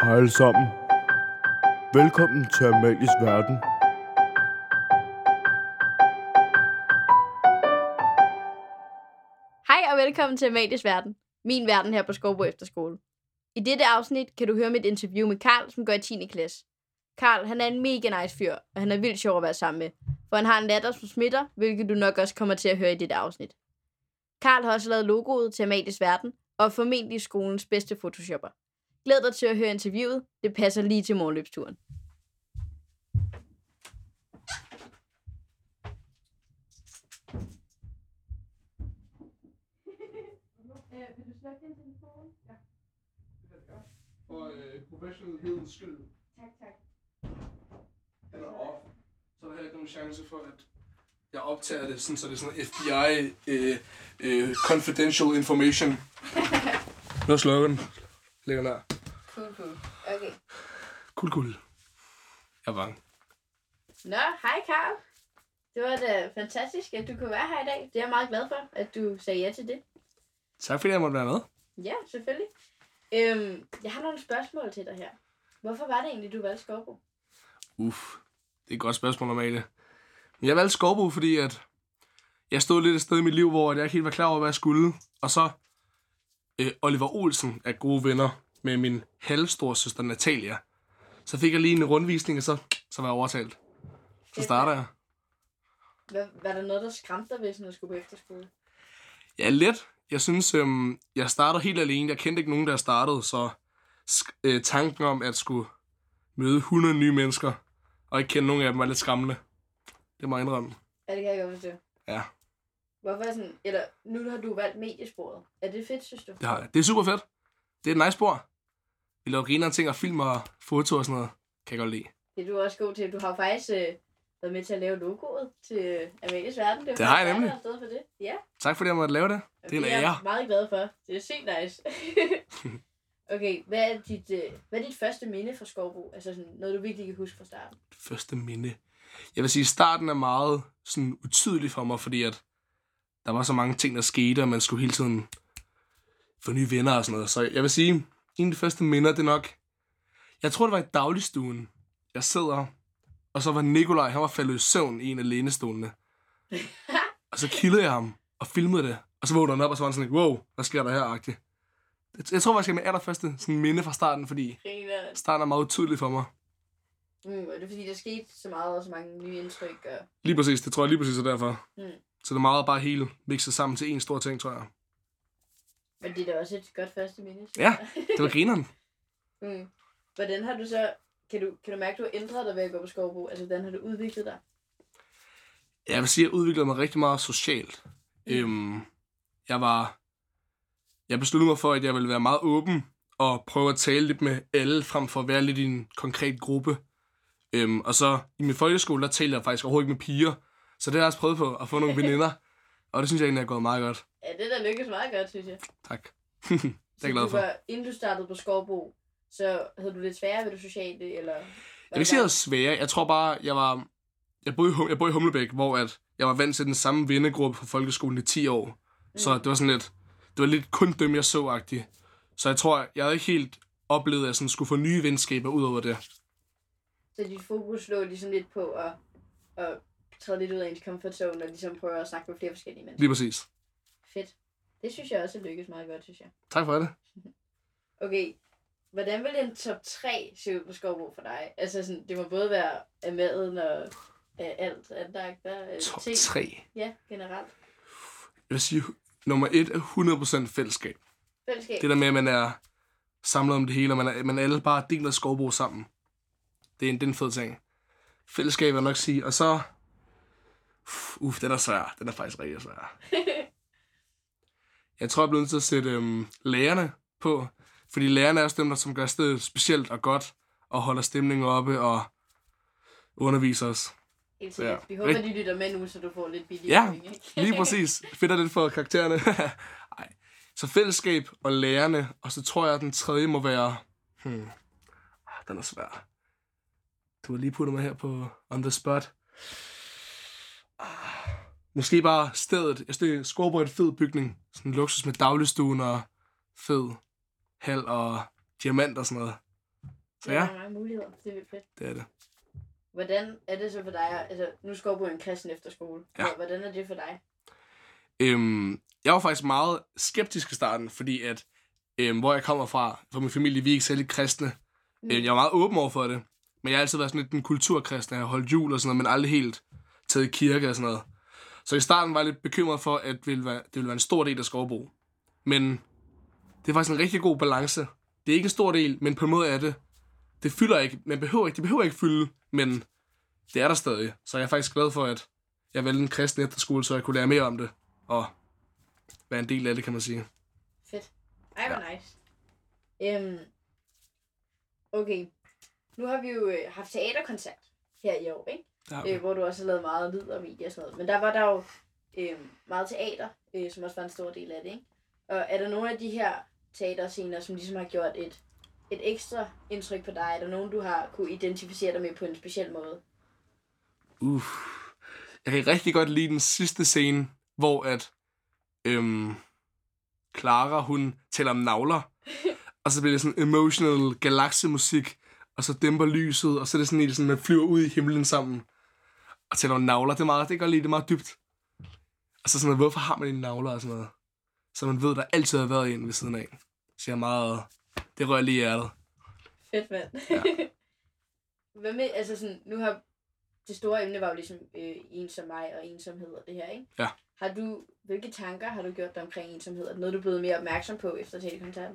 Hej alle sammen. Velkommen til Amalies Verden. Hej og velkommen til Amalies Verden. Min verden her på Skovbo Efterskole. I dette afsnit kan du høre mit interview med Karl, som går i 10. klasse. Karl, han er en mega nice fyr, og han er vildt sjov at være sammen med. For han har en latter, som smitter, hvilket du nok også kommer til at høre i dette afsnit. Karl har også lavet logoet til Amalies Verden, og er formentlig skolens bedste photoshopper. Glæd dig til at høre interviewet. Det passer lige til morgenløbsturen. Vil du slukke din telefon? Ja. Det kan jeg gøre. For professionalitetens skyld. Tak. Eller off. Så er der ikke nogen chance for, at jeg optager det, sådan, så det er sådan FBI confidential information. Nu slukker den. Lægger den her. Cool. Okay. Cool. Jeg er bange. Nå, hej Karl. Det var da fantastisk, at du kunne være her i dag. Det er jeg meget glad for, at du sagde ja til det. Tak fordi jeg måtte være med. Ja, selvfølgelig. Jeg har nogle spørgsmål til dig her. Hvorfor var det egentlig, du valgte Skovbo? Det er et godt spørgsmål, Amalie. Men jeg valgte Skovbo, fordi at jeg stod lidt et sted i mit liv, hvor jeg ikke helt var klar over, hvad jeg skulle. Og så Oliver Olsen er gode venner med min halvstore søster Natalia. Så fik jeg lige en rundvisning, og så var jeg overtalt. Så starter jeg. Var der noget, der skræmte dig ved sådan at skulle på efterskole? Ja, lidt. Jeg synes, jeg startede helt alene. Jeg kendte ikke nogen, der startede, så tanken om at skulle møde 100 nye mennesker, og ikke kende nogen af dem, var lidt skræmmende. Det må jeg indrømme. Ja, det kan jeg godt forstå. Ja. Hvorfor sådan, eller nu har du valgt mediesporet. Er det fedt, synes du? Det har jeg. Det er super fedt. Det er et nice spor. Vi laver grinere ting og film og foto og sådan noget. Kan jeg godt lide. Det er du også god til. Du har faktisk været med til at lave logoet til Amalies Verden. Det har jeg nemlig. For det. Ja. Tak fordi jeg måtte lave det. Det er en ære. Jeg er meget glad for. Det er sygt nice. Okay, hvad er dit første minde fra Skovbo? Altså sådan noget, du virkelig kan huske fra starten. Første minde. Jeg vil sige, starten er meget sådan utydelig for mig, fordi at der var så mange ting, der skete, og man skulle hele tiden få nye venner og sådan noget. Så jeg vil sige, en af de første minder, det er nok... Jeg tror, det var i dagligstuen. Jeg sidder, og så var Nikolaj, han var faldet i søvn i en af lænestolene. Og så kildede jeg ham og filmede det. Og så vågnede han op, og så var han sådan, wow, hvad sker der her-agtigt? Jeg tror faktisk, det er min allerførste sådan minde fra starten, fordi starten er meget utydelig for mig. Er det fordi, der skete så meget og så mange nye indtryk? Og... Lige præcis, det tror jeg lige præcis er derfor. Så det er meget bare hele mixet sammen til en stor ting, tror jeg. Men det er da også et godt første minde. Ja, det var grineren. Hvordan har du så... Kan du mærke, at du har ændret dig ved at gå på Skovbo? Altså, hvordan har du udviklet dig? Jeg vil sige, at jeg udviklede mig rigtig meget socialt. Jeg besluttede mig for, at jeg ville være meget åben og prøve at tale lidt med alle, frem for at være lidt i en konkret gruppe. Og så i min folkeskole, der talte jeg faktisk overhovedet ikke med piger. Så det har jeg også prøvet på, at få nogle veninder. Og det synes jeg egentlig er gået meget godt. Ja, det der lykkes meget godt, synes jeg. Tak. Det er jeg glad for. Inden du startede på Skovbo, så havde du lidt sværere ved det sociale, eller... Jeg vil ikke sige, at jeg havde svære. Jeg tror bare, jeg boede i Humlebæk, hvor at jeg var vant til den samme vennegruppe fra folkeskolen i 10 år. Så det var sådan lidt... Det var lidt kun dem, jeg så-agtigt. Så jeg tror, jeg havde ikke helt oplevet, at jeg sådan skulle få nye venskaber ud over det. Så dit fokus lå ligesom lidt på at træde lidt ud af ens comfort zone, og ligesom prøve at snakke med flere forskellige mennesker? Lige præcis. Fedt. Det synes jeg også lykkes meget godt, synes jeg. Tak for det. Okay. Hvordan vil en top 3 se ud på Skovbo for dig? Altså sådan, det må både være af maden og alt andagter. Top ting. 3? Ja, generelt. Jeg vil sige, nummer 1 er 100% fællesskab. Fællesskab? Det der med, at man er samlet om det hele, og man alle bare deler Skovbo sammen. Det er en fed ting. Fællesskab vil jeg nok sige. Og så... den er svær. Den er faktisk rigtig svær. Jeg tror, jeg bliver nødt til at sætte lærerne på. Fordi lærerne er også dem, der som gør stedet specielt og godt, og holder stemningen oppe og underviser os. Helt sikkert. Ja. Vi håber, de lytter med nu, så du får lidt billigere. Ja, lige præcis. Fedt lidt for karaktererne. Ej. Så fællesskab og lærerne, og så tror jeg, at den tredje må være... Den er svær. Du har lige puttet mig her på on the spot. Måske bare stedet. Jeg synes, Skovbo er en fed bygning. Sådan en luksus med dagligstuen og fed hal og diamant og sådan noget. Så Der ja, er mange muligheder. Det er vildt fedt. det er det. Hvordan er det så for dig? Altså, nu skal du en kristen efterskole. Ja. Hvordan er det for dig? Jeg var faktisk meget skeptisk i starten, fordi at, hvor jeg kommer fra min familie, vi er ikke særlig kristne. Jeg var meget åben over for det, men jeg har altid været sådan lidt en kulturkristen. Jeg har holdt jul og sådan noget, men aldrig helt taget i kirke og sådan noget. Så i starten var jeg lidt bekymret for, at det ville være en stor del af Skovbo. Men det er faktisk en rigtig god balance. Det er ikke en stor del, men på en måde er det. Det fylder ikke. Det behøver ikke fylde, men det er der stadig. Så jeg er faktisk glad for, at jeg valgte en kristen efterskole, så jeg kunne lære mere om det. Og være en del af det, kan man sige. Fedt. Ej, hvor nice. Okay. Nu har vi jo haft teaterkoncert her i år, ikke? Hvor du også har lavet meget lyd og video og sådan noget. Men der var der jo meget teater, som også var en stor del af det, ikke? Og er der nogle af de her teaterscener, som ligesom har gjort et ekstra indtryk på dig? Er der nogen, du har kunne identificere dig med på en speciel måde? Jeg kan rigtig godt lide den sidste scene, hvor at Clara, hun taler om navler. Og så bliver det sådan emotional galaksemusik, og så dæmper lyset, og så er det sådan, sådan man flyver ud i himlen sammen og taler om navler. Det kan jeg godt lide, det er meget dybt. Og så sådan noget, hvorfor har man en navler og sådan noget? Så man ved, der altid har været en ved siden af. Så jeg er meget, det rører lige i hjertet. Fedt, mand. Ja. Hvad med, altså sådan, nu har det store emne var jo ligesom ensom mig og ensomhed og det her, ikke? Ja. Hvilke tanker har du gjort dig omkring ensomhed? Er det noget, du er blevet mere opmærksom på efter teaterkoncerten?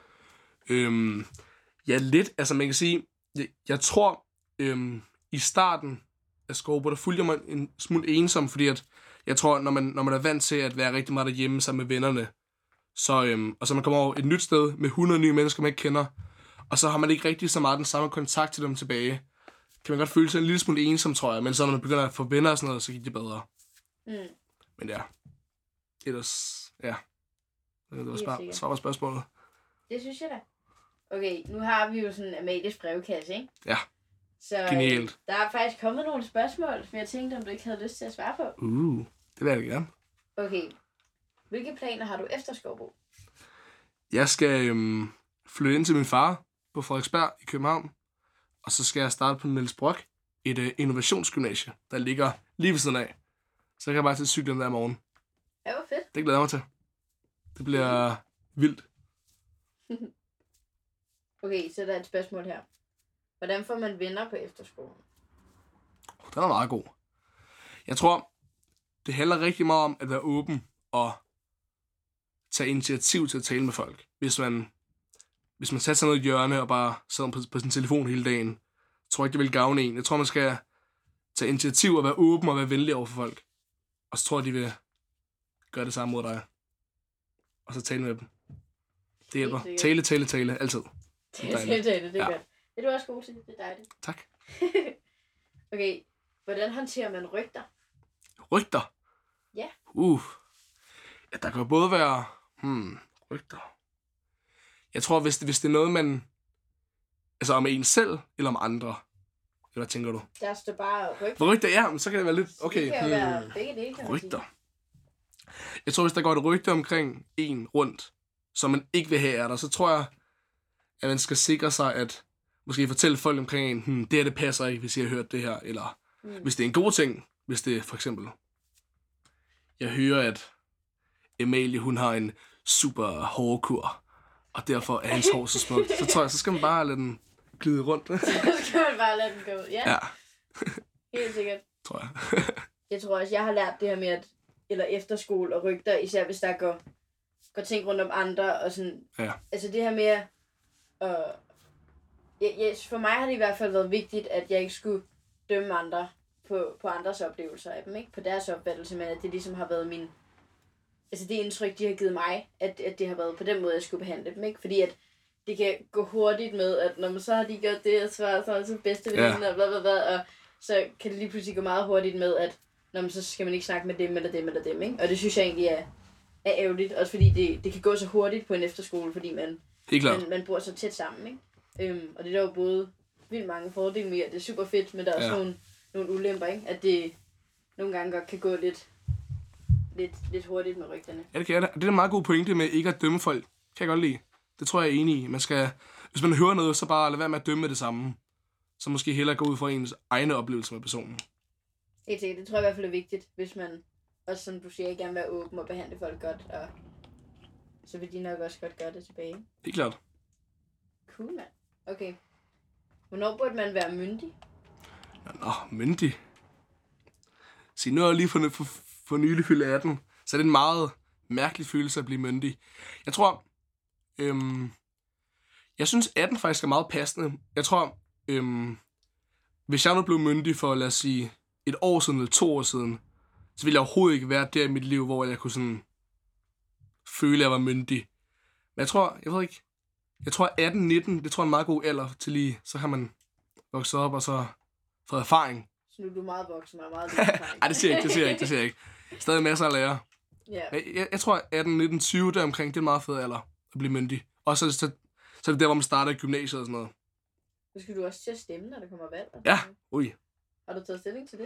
Ja, lidt. Altså, man kan sige, jeg tror, i starten af Skovbo, der fulgte jeg mig en smule ensom, fordi at, jeg tror, når man er vant til at være rigtig meget derhjemme sammen med vennerne, så, og så man kommer over et nyt sted med 100 nye mennesker, man ikke kender, og så har man ikke rigtig så meget den samme kontakt til dem tilbage, kan man godt føle sig en lille smule ensom, tror jeg, men så når man begynder at få venner og sådan noget, så gik det bedre. Men ja, ellers, ja. Det var svar på spørgsmålet. Det synes jeg da. Okay, nu har vi jo sådan Amalies brevkasse, ikke? Ja, så, genialt. Der er faktisk kommet nogle spørgsmål, som jeg tænkte, om du ikke havde lyst til at svare på. Det vil jeg gerne. Okay, hvilke planer har du efter Skovbo? Jeg skal flytte ind til min far på Frederiksberg i København, og så skal jeg starte på Niels Brock, et innovationsgymnasie, der ligger lige ved siden af. Så kan jeg bare til cyklen der i morgen. Ja, hvor fedt. Det glæder jeg mig til. Det bliver vildt. Okay, så der er et spørgsmål her. Hvordan får man venner på efterskolen? Den er meget god. Jeg tror, det handler rigtig meget om at være åben og tage initiativ til at tale med folk. Hvis man satte sig ned i et hjørne og bare sad på sin telefon hele dagen, tror jeg ikke, det vil gavne en. Jeg tror, man skal tage initiativ og være åben og være venlig over for folk. Og så tror jeg, de vil gøre det samme mod dig. Og så tale med dem. Det hjælper. Tale, altid. Tale, det er godt. Det er du også god til. Det er dejligt. Tak. Okay, hvordan håndterer man rygter? Rygter? Ja. Ja, der kan jo både være rygter. Jeg tror, hvis det er noget, man... Altså om en selv, eller om andre. Hvad tænker du? Der står bare rygter. For rygter, ja, men så kan det være lidt... Okay. Det kan jo være begge dele, kan man rygter. Sige. Jeg tror, hvis der går et rygte omkring en rundt, som man ikke vil have af dig, så tror jeg, at man skal sikre sig, at måske fortælle folk omkring en, det her, det passer ikke, hvis jeg har hørt det her, eller hvis det er en god ting, hvis det for eksempel... Jeg hører, at Amalie, hun har en super hårkur, og derfor er hendes hår så smukt. Så tror jeg, så skal man bare lade den glide rundt. Så skal man bare lade den gå ud, ja. Helt sikkert. Tror jeg. Jeg tror også, jeg har lært det her med, eller efterskole og rygter, især hvis der går ting rundt om andre, og sådan, altså det her med, for mig har det i hvert fald været vigtigt, at jeg ikke skulle dømme andre på andres oplevelser af dem, ikke? På deres opfattelse, men at det ligesom har været min, altså det indtryk, de har givet mig, at det har været på den måde, jeg skulle behandle dem, ikke? Fordi at det kan gå hurtigt med, at når man så har de gjort det, og så er det bedste veninde, og bla, og så kan det lige pludselig gå meget hurtigt med, at når man så skal man ikke snakke med dem, eller dem, eller dem, ikke? Og det synes jeg egentlig er ærgerligt, også fordi det kan gå så hurtigt på en efterskole, fordi man bor så tæt sammen, ikke? Og det er der jo både vildt mange fordele med, at det er super fedt, men der er også nogle ulemper, ikke? At det nogle gange godt kan gå lidt hurtigt med rygterne. Ja, det kan jeg da. Det er en meget god pointe med ikke at dømme folk. Kan jeg godt lide. Det tror jeg er enig i. Man skal hvis man hører noget, så bare lad være med at dømme det samme. Så måske hellere gå ud fra ens egne oplevelser med personen. Helt sikkert. Det tror jeg i hvert fald er vigtigt, hvis man også, som du siger, gerne vil være åben og behandle folk godt, og så vil de nok også godt gøre det tilbage. Det er klart. Cool, mand. Okay. Hvornår burde man være myndig? Nå, myndig. Se, nu er jeg lige for nylig fyldt 18, så er det en meget mærkelig følelse at blive myndig. Jeg tror, jeg synes 18 faktisk er meget passende. Jeg tror, hvis jeg nu blev myndig for, lad os sige, et år siden eller 2 år siden, så ville jeg overhovedet ikke være der i mit liv, hvor jeg kunne sådan føle, at jeg var myndig. Men jeg tror 18-19, det tror jeg er en meget god alder til lige, så har man vokset op og så fået erfaring. Så nu er du meget voksen og meget lidt erfaring. Nej, det siger jeg ikke. Stadig masser at lære. Yeah. Jeg tror 18, 19, 20 deromkring, det er en meget fed alder at blive myndig. Og så er det der, hvor man starter i gymnasiet og sådan noget. Så skal du også til at stemme, når der kommer valg? Ja, ui. Har du taget stilling til det?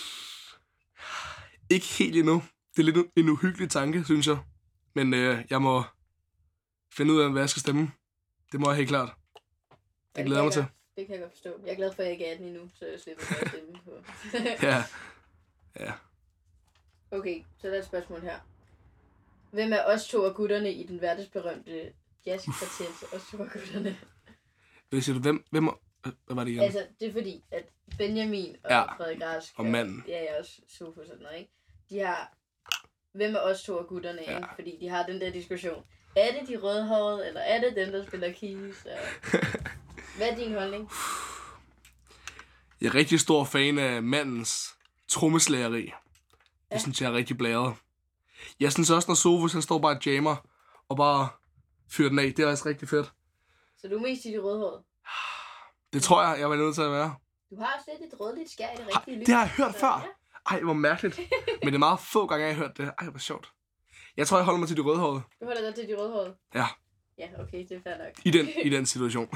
Ikke helt endnu. Det er lidt en uhyggelig tanke, synes jeg. Men jeg må finde ud af, hvad jeg skal stemme. Det må jeg helt klart. Det glæder jeg mig til. Det kan jeg godt forstå. Jeg er glad for, at jeg ikke er 18 endnu, så jeg slipper at stemme på. Ja. Okay, så der er et spørgsmål her. Hvem er os to af gutterne i den verdensberømte jazzkvartet? Os to af gutterne. Hvad siger du? Hvem hvad var det igen? Altså, det er fordi, at Benjamin og Frederik Rask og manden. Ja, jeg også Sofus og sådan noget, ikke? De har... Hvem er os to af gutterne, ikke? Fordi de har den der diskussion. Er det de rødhårede, eller er det dem, der spiller keys? Hvad er din holdning? Jeg er rigtig stor fan af mandens trommeslageri. Det synes jeg er rigtig blæret. Jeg synes også, når Sofus han står bare og jammer, og bare fyrer den af, det er også rigtig fedt. Så du er mest i de rødhårede? Det tror jeg var nødt til at være. Du har også lidt et rødligt skær i det rigtige liv. Det har jeg hørt før. Ej, hvor mærkeligt. Men det er meget få gange, jeg har hørt det. Ej, hvor sjovt. Jeg tror, jeg holder mig til de rødhårede. Du holder dig til de rødhårede? Ja. Ja, okay, det er fair nok. I den situation.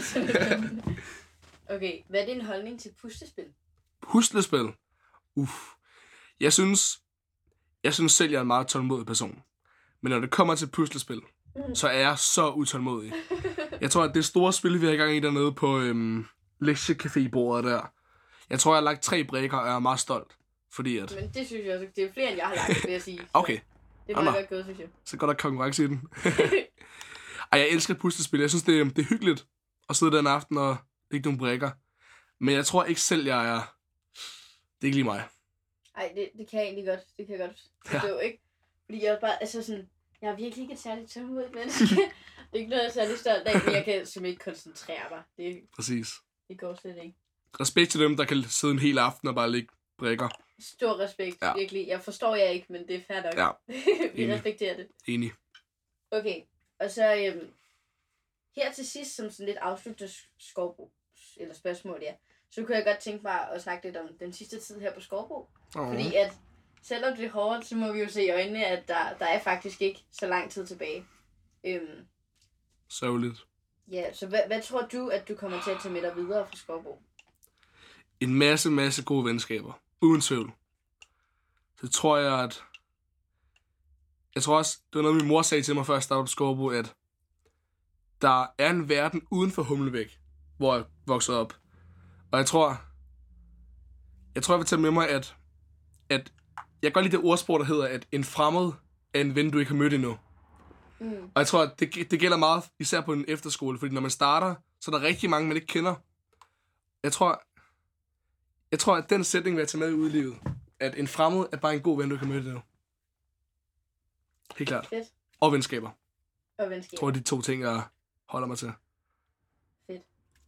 Okay, hvad er din holdning til puslespil? Puslespil? Jeg synes selv, jeg er en meget tålmodig person. Men når det kommer til puslespil, så er jeg så utålmodig. Jeg tror, at det store spil, vi har i gang i dernede på lektiecafé-bordet der, jeg tror, jeg har lagt 3 brikker, og jeg er meget stolt. Fordi at... Men det synes jeg også, det er flere, end jeg har lagt, vil jeg sige. Okay. Det var godt gået, synes jeg. Så går der konkurrence i den. Ej, jeg elsker puslespil. Jeg synes, det er hyggeligt at sidde den aften og lægge nogle brikker. Men jeg tror ikke selv, jeg er... Det er ikke lige mig. Ej, det kan jeg egentlig godt. Det kan jeg godt forstå, ikke? Fordi jeg er bare, altså sådan... Jeg er virkelig ikke et særligt tålmodigt menneske. Det er ikke noget, jeg er særlig stolt af, men jeg kan simpelthen ikke koncentrere mig. Præcis. Det går slet ikke. Respekt til dem, der kan sidde en hel aften og bare lægge brikker. Stor respekt, virkelig. Jeg forstår jer ikke, men det er fair nok. Ja. Vi respekterer det. Enig. Okay, og så her til sidst, som sådan lidt afsluttende eller spørgsmål, så kunne jeg godt tænke mig at snakke lidt om den sidste tid her på Skovbo. Fordi at selvom det er hårdt, så må vi jo se i øjnene, at der er faktisk ikke så lang tid tilbage. Sørgeligt. Ja, så hvad tror du, at du kommer til at tage med dig videre fra Skovbo? En masse gode venskaber. Uden tvivl. Så tror jeg, at... Jeg tror også, det var noget, min mor sagde til mig før jeg startede på Skovbo, at der er en verden uden for Humlebæk, hvor jeg voksede op. Og jeg tror, jeg vil tage med mig, at jeg kan godt lide det ordsprog, der hedder, at en fremmed er en ven, du ikke har mødt endnu. Og jeg tror, at det gælder meget, især på en efterskole, fordi når man starter, så er der rigtig mange, man ikke kender. Jeg tror, at den sætning vil jeg tage med ud i livet. At en fremmed er bare en god ven, du kan møde endnu. Helt klart. Fedt. Og venskaber. Jeg tror, de 2 ting, jeg holder mig til. Fedt.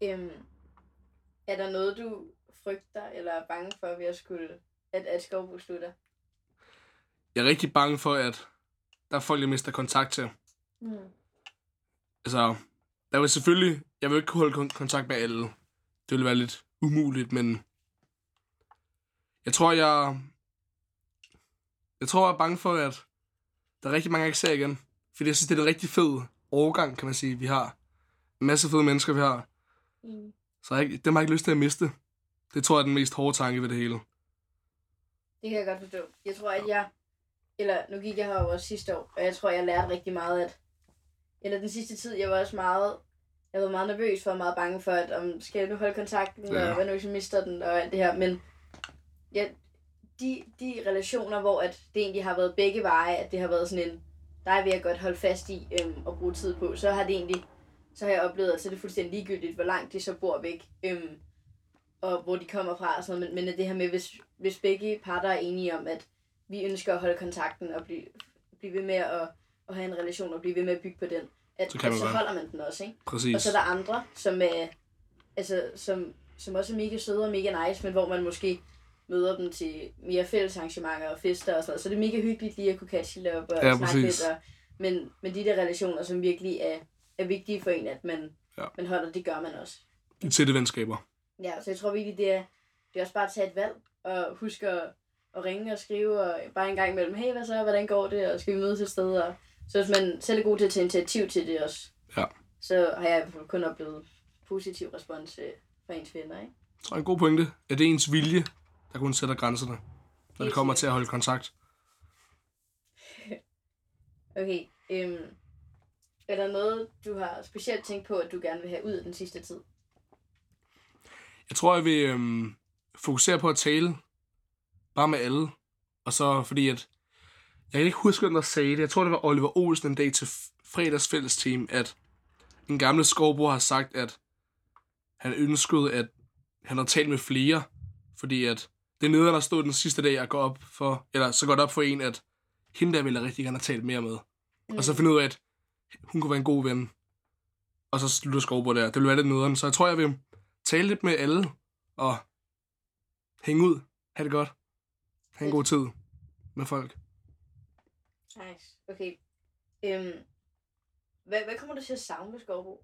Er der noget, du frygter eller er bange for, at Skovbo slutter? Jeg er rigtig bange for, at der er folk, jeg mister kontakt til. Altså, der vil selvfølgelig... Jeg vil ikke kunne holde kontakt med alle. Det ville være lidt umuligt, men... Jeg tror, jeg er bange for, at der er rigtig mange, jeg ikke ser igen. Fordi jeg synes, det er en rigtig fed overgang, kan man sige, vi har. En masse fede mennesker, vi har. Så dem har jeg ikke lyst til at miste. Det tror jeg er den mest hårde tanke ved det hele. Det kan jeg godt forstå. Jeg tror, at nu gik jeg her jo også sidste år, og jeg tror, jeg lærte rigtig meget, den sidste tid, jeg var også meget jeg var meget nervøs for, og meget bange for, at skal jeg nu holde kontakten, og hvad nu hvis jeg mister den, og alt det her. Men ja, de relationer, hvor at det egentlig har været begge veje, at det har været sådan en, der vil jeg godt holde fast i og bruge tid på, så har jeg oplevet, at så er det fuldstændig ligegyldigt, hvor langt de så bor væk, og hvor de kommer fra og sådan noget. Men det her med, hvis begge parter er enige om, at vi ønsker at holde kontakten og blive ved med at have en relation og blive ved med at bygge på den, så holder man den også, ikke? Præcis. Og så er der andre, som er, som også er mega søde og mega nice, men hvor man måske møder dem til mere fælles arrangementer og fester og sådan noget. Så det er mega hyggeligt lige at kunne catch lidt op og snakke lidt. Men de der relationer, som virkelig er vigtige for en, at man holder, det gør man også. De tætte venskaber. Ja, så jeg tror virkelig, det er også bare at tage et valg og huske at ringe og skrive og bare en gang imellem, hey, hvad så, hvordan går det, og skal vi mødes et sted? Og så hvis man selv er god til at tage initiativ til det også, så har jeg kun oplevet positiv respons fra ens venner, ikke? Jeg tror, en god pointe er det ens vilje, der kun sætter grænserne, når det kommer til at holde kontakt. Okay, er der noget, du har specielt tænkt på, at du gerne vil have ud af den sidste tid? Jeg tror, jeg vil fokusere på at tale bare med alle. Og så fordi, at jeg kan ikke huske, hvem der sagde det. Jeg tror, det var Oliver Olsen en dag til fredags fælles team, at en gamle skovbror har sagt, at han ønskede, at han havde talt med flere, fordi at det nederen der stod den sidste dag at gå op for, eller så godt op for en, at hende der ville rigtig gerne have talt mere med. Og så finde ud af, at hun kunne være en god ven. Og så slutter skovbror der. Det ville være lidt nederen. Så jeg tror, jeg vil tale lidt med alle og hænge ud. Ha' det godt. Ha' en god tid med folk. Nice. Okay. Hvad kommer du til at savne ved Skovbo?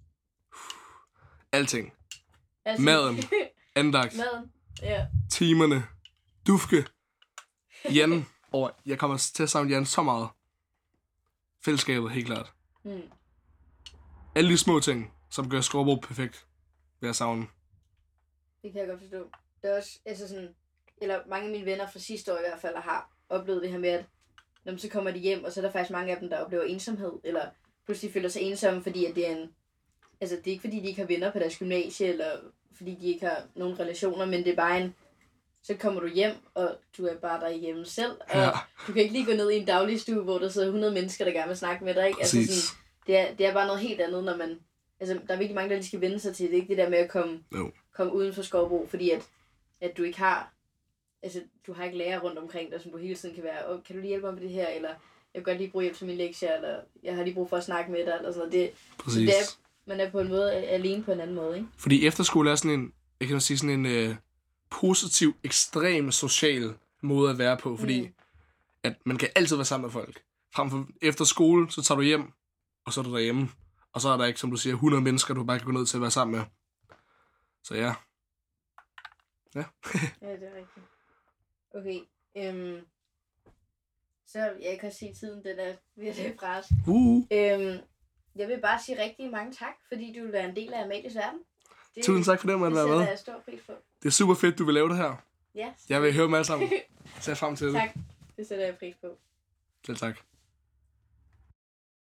Alting. Maden. Andagt. Maden. Ja. Timerne. Dufke. Jan. Og jeg kommer til at savne Jan så meget. Fællesskabet, helt klart. Alle de små ting, som gør Skovbo perfekt, vil jeg savne. Det kan jeg godt forstå. Det er også, sådan, eller mange af mine venner fra sidste år i hvert fald har oplevet det her med, at når så kommer de hjem, og så er der faktisk mange af dem, der oplever ensomhed, eller pludselig føler sig ensomme, fordi at det er en, det er ikke fordi, de ikke har venner på deres gymnasie, eller fordi de ikke har nogen relationer, men det er bare en, så kommer du hjem, og du er bare derhjemme selv, og du kan ikke lige gå ned i en dagligstue, hvor der sidder 100 mennesker, der gerne vil snakke med dig, ikke? Det er bare noget helt andet, når man, der er virkelig mange, der lige skal vende sig til det, ikke det der med at komme uden for Skovbo, fordi at du ikke har, du har ikke lærer rundt omkring dig, som du hele tiden kan være, kan du lige hjælpe mig med det her, eller jeg kan godt lige bruge hjælp til min lektier, eller jeg har lige brug for at snakke med dig, eller sådan noget. Det er, man er på en måde alene på en anden måde, ikke? Fordi efterskole er sådan en, jeg kan sige sådan en positiv, ekstrem social måde at være på, fordi at man kan altid være sammen med folk. Frem for efter skole, så tager du hjem, og så er du derhjemme, og så er der ikke, som du siger, 100 mennesker, du bare kan gå ned til at være sammen med. Så ja. Ja, det er rigtigt. Okay, så jeg kan se tiden, den er virkelig pres. Jeg vil bare sige rigtig mange tak, fordi du vil være en del af Amalies verden. Tusind tak for det, man har været med. Det sætter jeg stor pris på. Det er super fedt, du vil lave det her. Ja. Jeg vil høre dem alle sammen. Ser frem til det. Tak, det sætter jeg pris på. Selv tak.